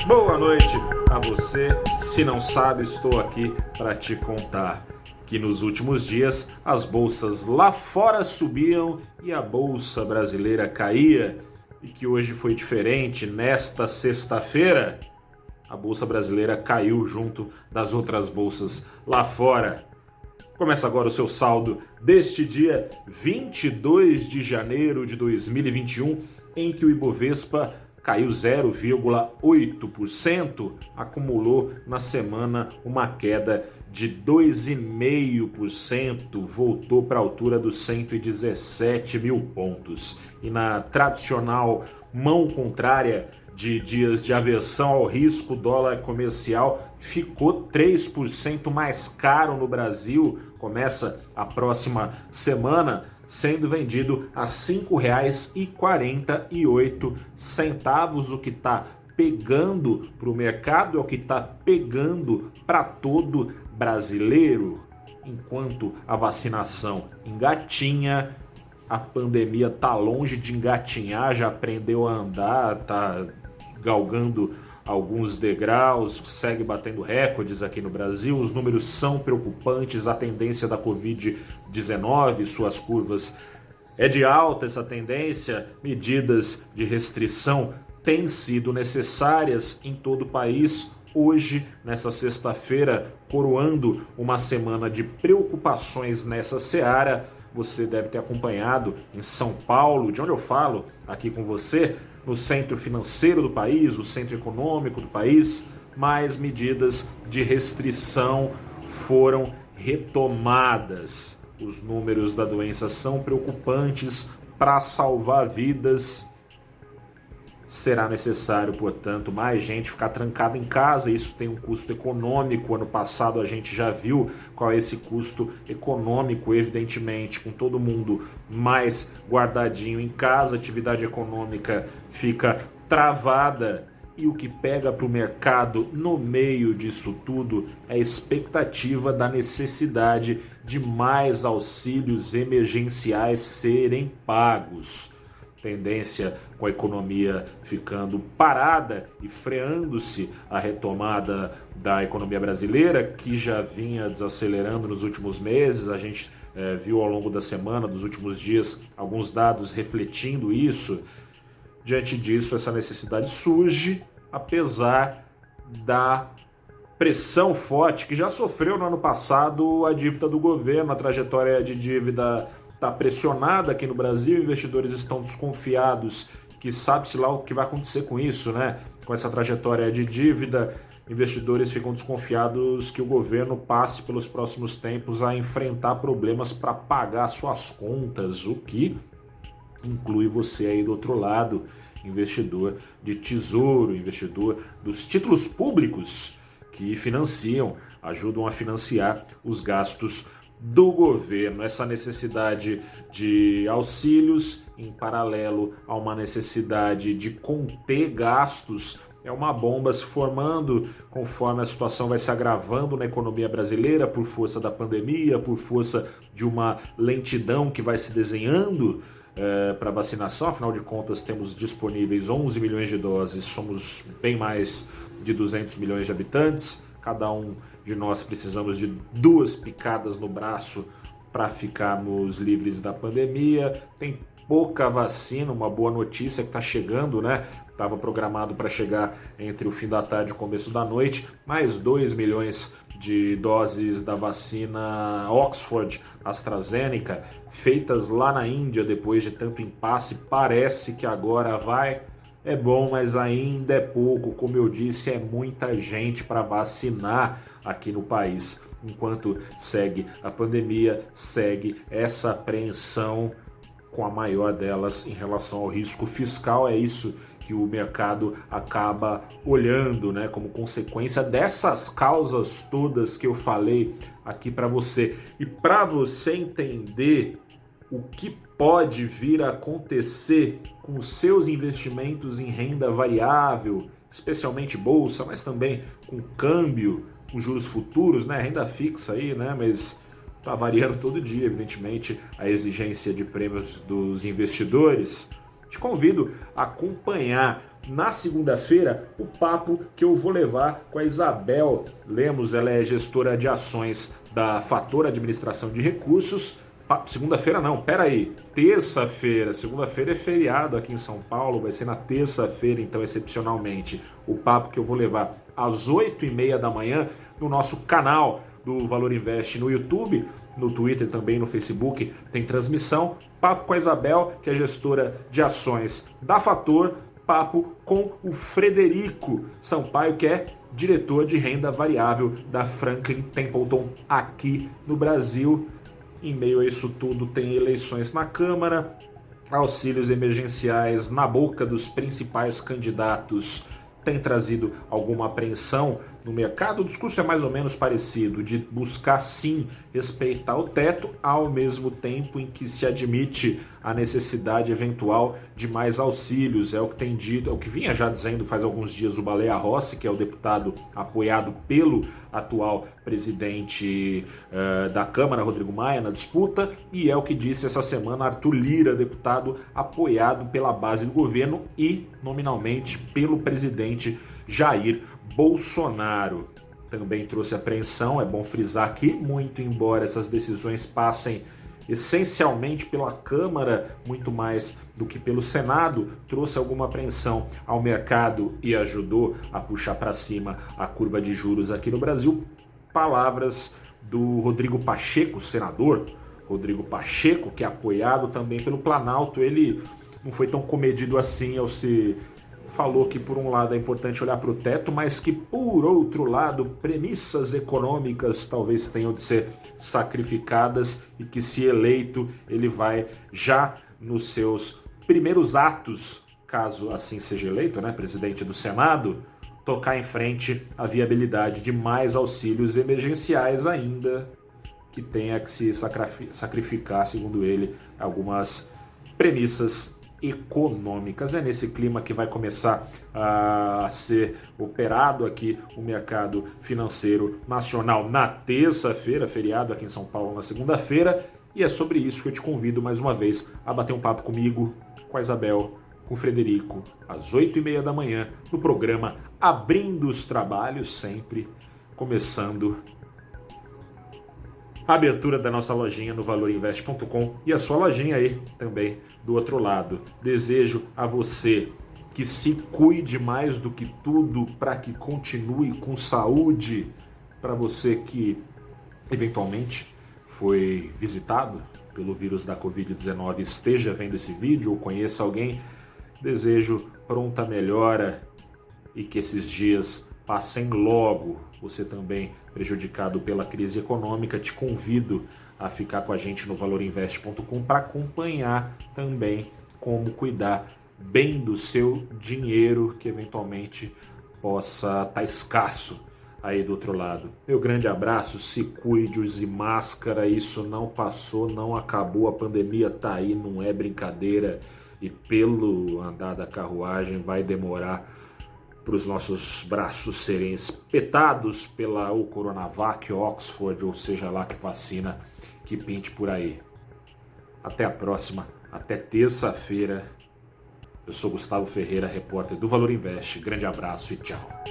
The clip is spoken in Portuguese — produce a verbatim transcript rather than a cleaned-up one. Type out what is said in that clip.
Boa noite a você. Se não sabe, estou aqui para te contar que nos últimos dias as bolsas lá fora subiam e a bolsa brasileira caía, e que hoje foi diferente. Nesta sexta-feira, a bolsa brasileira caiu junto das outras bolsas lá fora. Começa agora o seu saldo deste dia vinte e dois de janeiro de dois mil e vinte e um, em que o Ibovespa caiu zero vírgula oito por cento, acumulou na semana uma queda de dois vírgula cinco por cento, voltou para a altura dos cento e dezessete mil pontos. E na tradicional mão contrária de dias de aversão ao risco, o dólar comercial ficou três por cento mais caro no Brasil. Começa a próxima semana sendo vendido a cinco reais e quarenta e oito centavos, o que está pegando para o mercado, é o que está pegando para todo brasileiro. Enquanto a vacinação engatinha, a pandemia está longe de engatinhar, já aprendeu a andar, está galgando alguns degraus, segue batendo recordes aqui no Brasil. Os números são preocupantes, a tendência da covid dezenove, suas curvas é de alta, essa tendência. Medidas de restrição têm sido necessárias em todo o país. Hoje, nessa sexta-feira, coroando uma semana de preocupações nessa seara, você deve ter acompanhado em São Paulo, de onde eu falo aqui com você, no centro financeiro do país, o centro econômico do país, mais medidas de restrição foram retomadas. Os números da doença são preocupantes. Para salvar vidas, será necessário, portanto, mais gente ficar trancada em casa. Isso tem um custo econômico. Ano passado a gente já viu qual é esse custo econômico, evidentemente, com todo mundo mais guardadinho em casa, a atividade econômica fica travada. E o que pega para o mercado no meio disso tudo é a expectativa da necessidade de mais auxílios emergenciais serem pagos. Tendência com a economia ficando parada e freando-se a retomada da economia brasileira, que já vinha desacelerando nos últimos meses. A gente é, viu ao longo da semana, dos últimos dias, alguns dados refletindo isso. Diante disso, essa necessidade surge, apesar da pressão forte que já sofreu no ano passado a dívida do governo. A trajetória de dívida está pressionada aqui no Brasil, investidores estão desconfiados que sabe-se lá o que vai acontecer com isso, né? Com essa trajetória de dívida, investidores ficam desconfiados que o governo passe pelos próximos tempos a enfrentar problemas para pagar suas contas, o que inclui você aí do outro lado, investidor de tesouro, investidor dos títulos públicos que financiam, ajudam a financiar os gastos do governo. Essa necessidade de auxílios, em paralelo a uma necessidade de conter gastos, é uma bomba se formando conforme a situação vai se agravando na economia brasileira, por força da pandemia, por força de uma lentidão que vai se desenhando é, para vacinação. Afinal de contas, temos disponíveis onze milhões de doses, somos bem mais de duzentos milhões de habitantes. Cada um de nós precisamos de duas picadas no braço para ficarmos livres da pandemia. Tem pouca vacina, uma boa notícia que está chegando, né? Estava programado para chegar entre o fim da tarde e o começo da noite. Mais dois milhões de doses da vacina Oxford AstraZeneca, feitas lá na Índia depois de tanto impasse. Parece que agora vai. É bom, mas ainda é pouco. Como eu disse, é muita gente para vacinar aqui no país. Enquanto segue a pandemia, segue essa apreensão, com a maior delas em relação ao risco fiscal. É isso que o mercado acaba olhando, né, como consequência dessas causas todas que eu falei aqui para você. E para você entender o que pode vir a acontecer com os seus investimentos em renda variável, especialmente bolsa, mas também com câmbio, com juros futuros, né, renda fixa aí, né, mas está variando todo dia, evidentemente, a exigência de prêmios dos investidores. Te convido a acompanhar na segunda-feira, o papo que eu vou levar com a Isabel Lemos. Ela é gestora de ações da Fator Administração de Recursos. Segunda-feira não, peraí, terça-feira. Segunda-feira é feriado aqui em São Paulo, vai ser na terça-feira, então, excepcionalmente. O papo que eu vou levar às oito e meia da manhã no nosso canal do Valor Invest no YouTube, no Twitter também, no Facebook, tem transmissão. Papo com a Isabel, que é gestora de ações da Fator. Papo com o Frederico Sampaio, que é diretor de renda variável da Franklin Templeton aqui no Brasil. Em meio a isso tudo, tem eleições na Câmara, auxílios emergenciais na boca dos principais candidatos tem trazido alguma apreensão no mercado. O discurso é mais ou menos parecido, de buscar sim respeitar o teto, ao mesmo tempo em que se admite a necessidade eventual de mais auxílios. É o que tem dito, é o que vinha já dizendo faz alguns dias o Baleia Rossi, que é o deputado apoiado pelo atual presidente uh, da Câmara, Rodrigo Maia, na disputa, e é o que disse essa semana Arthur Lira, deputado apoiado pela base do governo e nominalmente pelo presidente Jair Bolsonaro. Também trouxe apreensão, é bom frisar aqui, muito embora essas decisões passem essencialmente pela Câmara, muito mais do que pelo Senado, trouxe alguma apreensão ao mercado e ajudou a puxar para cima a curva de juros aqui no Brasil. Palavras do Rodrigo Pacheco, senador Rodrigo Pacheco, que é apoiado também pelo Planalto. Ele não foi tão comedido assim ao se... Falou que, por um lado, é importante olhar para o teto, mas que, por outro lado, premissas econômicas talvez tenham de ser sacrificadas e que, se eleito, ele vai já nos seus primeiros atos, caso assim seja eleito, né, presidente do Senado, tocar em frente a viabilidade de mais auxílios emergenciais, ainda que tenha que se sacrificar, segundo ele, algumas premissas econômicas. É nesse clima que vai começar a ser operado aqui o mercado financeiro nacional na terça-feira, feriado aqui em São Paulo na segunda-feira, e é sobre isso que eu te convido mais uma vez a bater um papo comigo, com a Isabel, com o Frederico, às oito e meia da manhã, no programa Abrindo os Trabalhos, sempre começando a abertura da nossa lojinha no valor invest ponto com e a sua lojinha aí também do outro lado. Desejo a você que se cuide mais do que tudo para que continue com saúde. Para você que eventualmente foi visitado pelo vírus da covid dezenove, esteja vendo esse vídeo ou conheça alguém, desejo pronta melhora e que esses dias passem logo. Você também prejudicado pela crise econômica, te convido a ficar com a gente no valor invest ponto com para acompanhar também como cuidar bem do seu dinheiro, que eventualmente possa estar escasso aí do outro lado. Meu grande abraço, se cuide, use máscara, isso não passou, não acabou, a pandemia tá aí, não é brincadeira, e pelo andar da carruagem vai demorar para os nossos braços serem espetados pela o Coronavac, Oxford, ou seja lá que vacina que pinte por aí. Até a próxima, até terça-feira. Eu sou Gustavo Ferreira, repórter do Valor Invest. Grande abraço e tchau.